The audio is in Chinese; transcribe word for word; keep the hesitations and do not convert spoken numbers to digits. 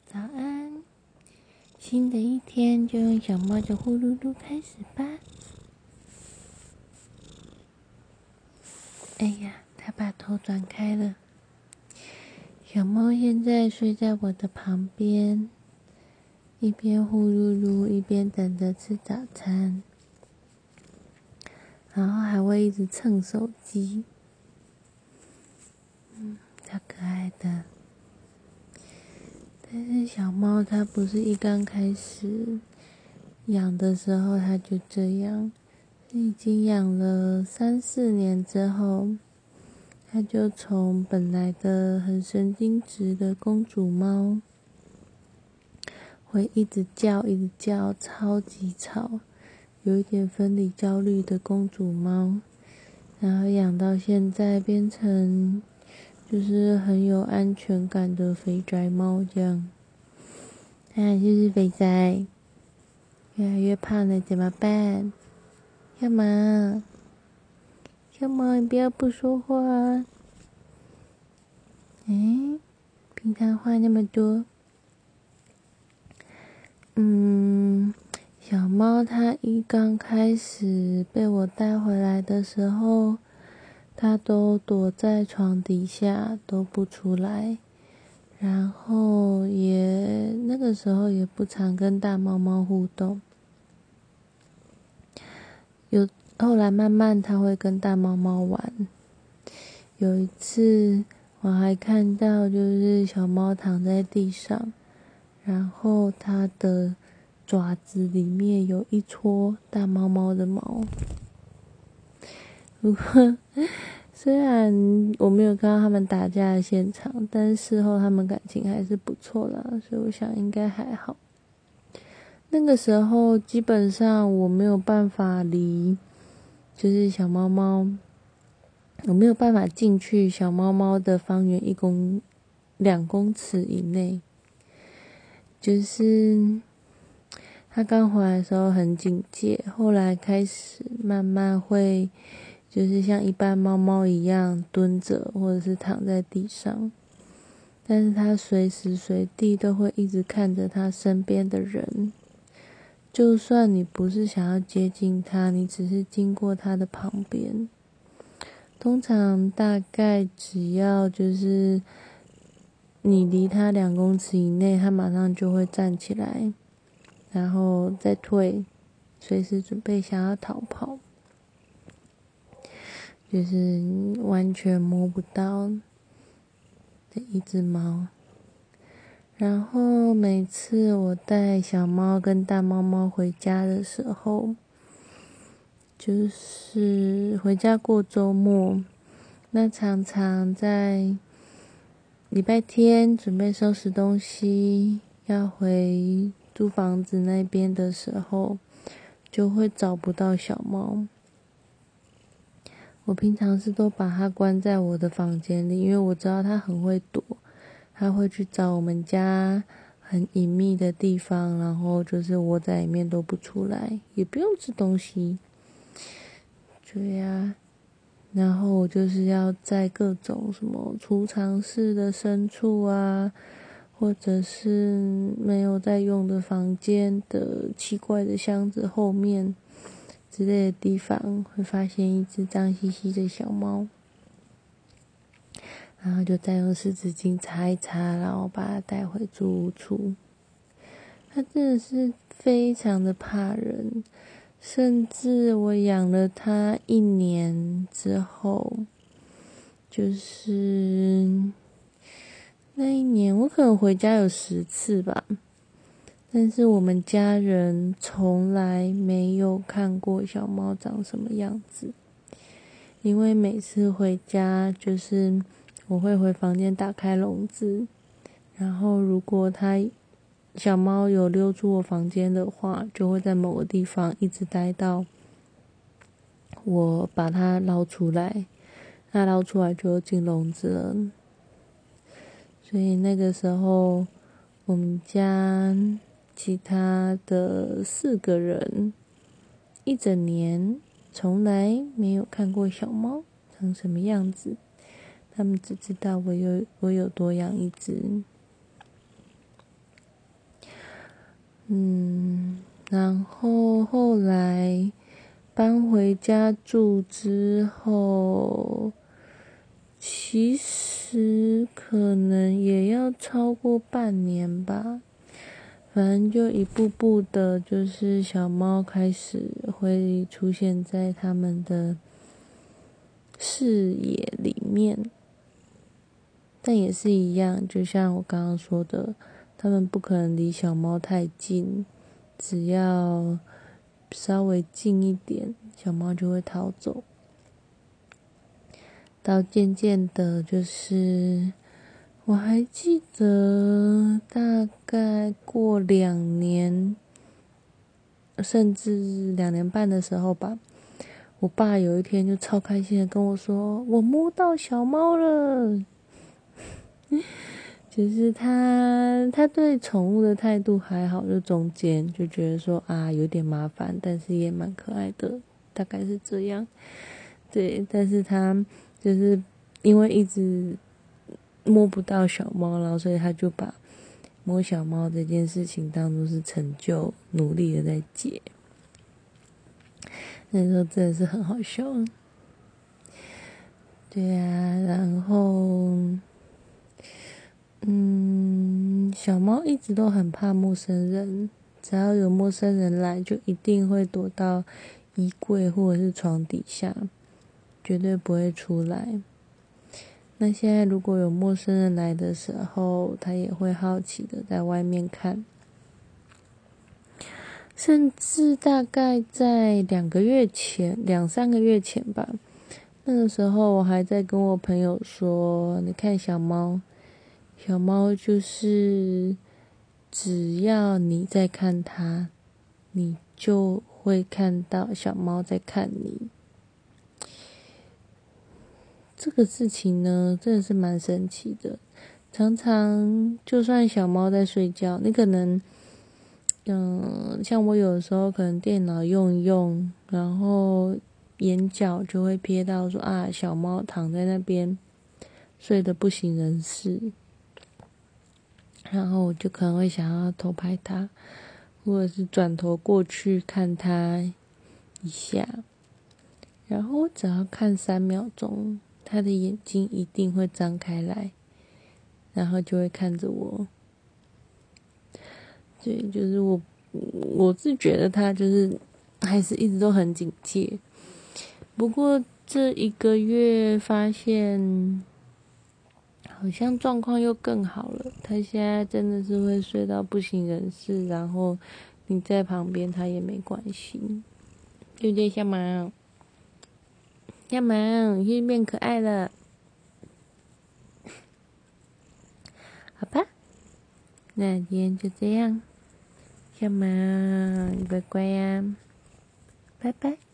早安，新的一天就用小猫的呼噜噜开始吧。哎呀，它把头转开了。小猫现在睡在我的旁边，一边呼噜噜，一边等着吃早餐，然后还会一直蹭手机。嗯，超可爱的。但是小猫它不是一刚开始养的时候它就这样，已经养了三四年之后，它就从本来的很神经质的公主猫，会一直叫一直叫，超级吵，有一点分离焦虑的公主猫，然后养到现在变成就是很有安全感的肥宅猫这样。它就是肥宅，越来越胖了怎么办？干嘛？干嘛？你不要不说话啊！诶，平常话那么多。嗯，小猫它一刚开始被我带回来的时候，它都躲在床底下都不出来，然后也那个时候也不常跟大猫猫互动。有后来慢慢它会跟大猫猫玩。有一次我还看到就是小猫躺在地上，然后它的爪子里面有一撮大猫猫的毛。如果虽然我没有看到他们打架的现场，但是事后他们感情还是不错啦，所以我想应该还好。那个时候基本上我没有办法离就是小猫猫，我没有办法进去小猫猫的方圆一公两公尺以内。就是他刚回来的时候很警戒，后来开始慢慢会就是像一般猫猫一样蹲着或者是躺在地上，但是他随时随地都会一直看着他身边的人，就算你不是想要接近他，你只是经过他的旁边，通常大概只要就是你离他两公尺以内，他马上就会站起来，然后再退，随时准备想要逃跑，就是完全摸不到的一只猫。然后每次我带小猫跟大猫猫回家的时候，就是回家过周末，那常常在礼拜天准备收拾东西要回租房子那边的时候，就会找不到小猫。我平常是都把它关在我的房间里，因为我知道它很会躲，它会去找我们家很隐秘的地方，然后就是窝在里面都不出来，也不用吃东西。对呀，然后我就是要在各种什么储藏室的深处啊，或者是没有在用的房间的奇怪的箱子后面之类的地方，会发现一只脏兮兮的小猫，然后就再用湿纸巾擦一擦，然后把它带回住屋处。它真的是非常的怕人，甚至我养了它一年之后，就是那一年我可能回家有十次吧，但是我们家人从来没有看过小猫长什么样子，因为每次回家就是我会回房间打开笼子，然后如果它小猫有溜出我房间的话，就会在某个地方一直待到我把它捞出来，它捞出来就进笼子了。所以那个时候我们家其他的四个人一整年从来没有看过小猫长什么样子，他们只知道我有我有多养一只。 嗯，然后后来搬回家住之后，其实可能也要超过半年吧。反正就一步步的，就是小猫开始会出现在他们的视野里面，但也是一样，就像我刚刚说的，他们不可能离小猫太近，只要稍微近一点，小猫就会逃走。到渐渐的，就是我还记得大概过两年，甚至两年半的时候吧，我爸有一天就超开心的跟我说，我摸到小猫了。就是他他对宠物的态度还好，就中间就觉得说啊有点麻烦，但是也蛮可爱的，大概是这样。对，但是他就是因为一直摸不到小猫，然后所以他就把摸小猫这件事情当作是成就，努力的在解。那时候真的是很好笑。对啊，然后嗯，小猫一直都很怕陌生人，只要有陌生人来，就一定会躲到衣柜或者是床底下，绝对不会出来。那现在如果有陌生人来的时候，它也会好奇的在外面看。甚至大概在两个月前，两三个月前吧，那个时候我还在跟我朋友说，你看小猫，小猫就是只要你在看它，你就会看到小猫在看你。这个事情呢，真的是蛮神奇的。常常就算小猫在睡觉，你可能嗯，像我有的时候可能电脑用一用，然后眼角就会瞥到说啊，小猫躺在那边睡得不省人事，然后我就可能会想要偷拍它，或者是转头过去看它一下，然后我只要看三秒钟，它的眼睛一定会张开来，然后就会看着我。对，就是我，我是觉得他就是还是一直都很警戒。不过这一个月发现，好像状况又更好了。他现在真的是会睡到不省人事，然后你在旁边他也没关系，对不对，小毛？小毛，你变可爱了，好吧？那今天就这样。小毛，你乖乖呀，拜拜。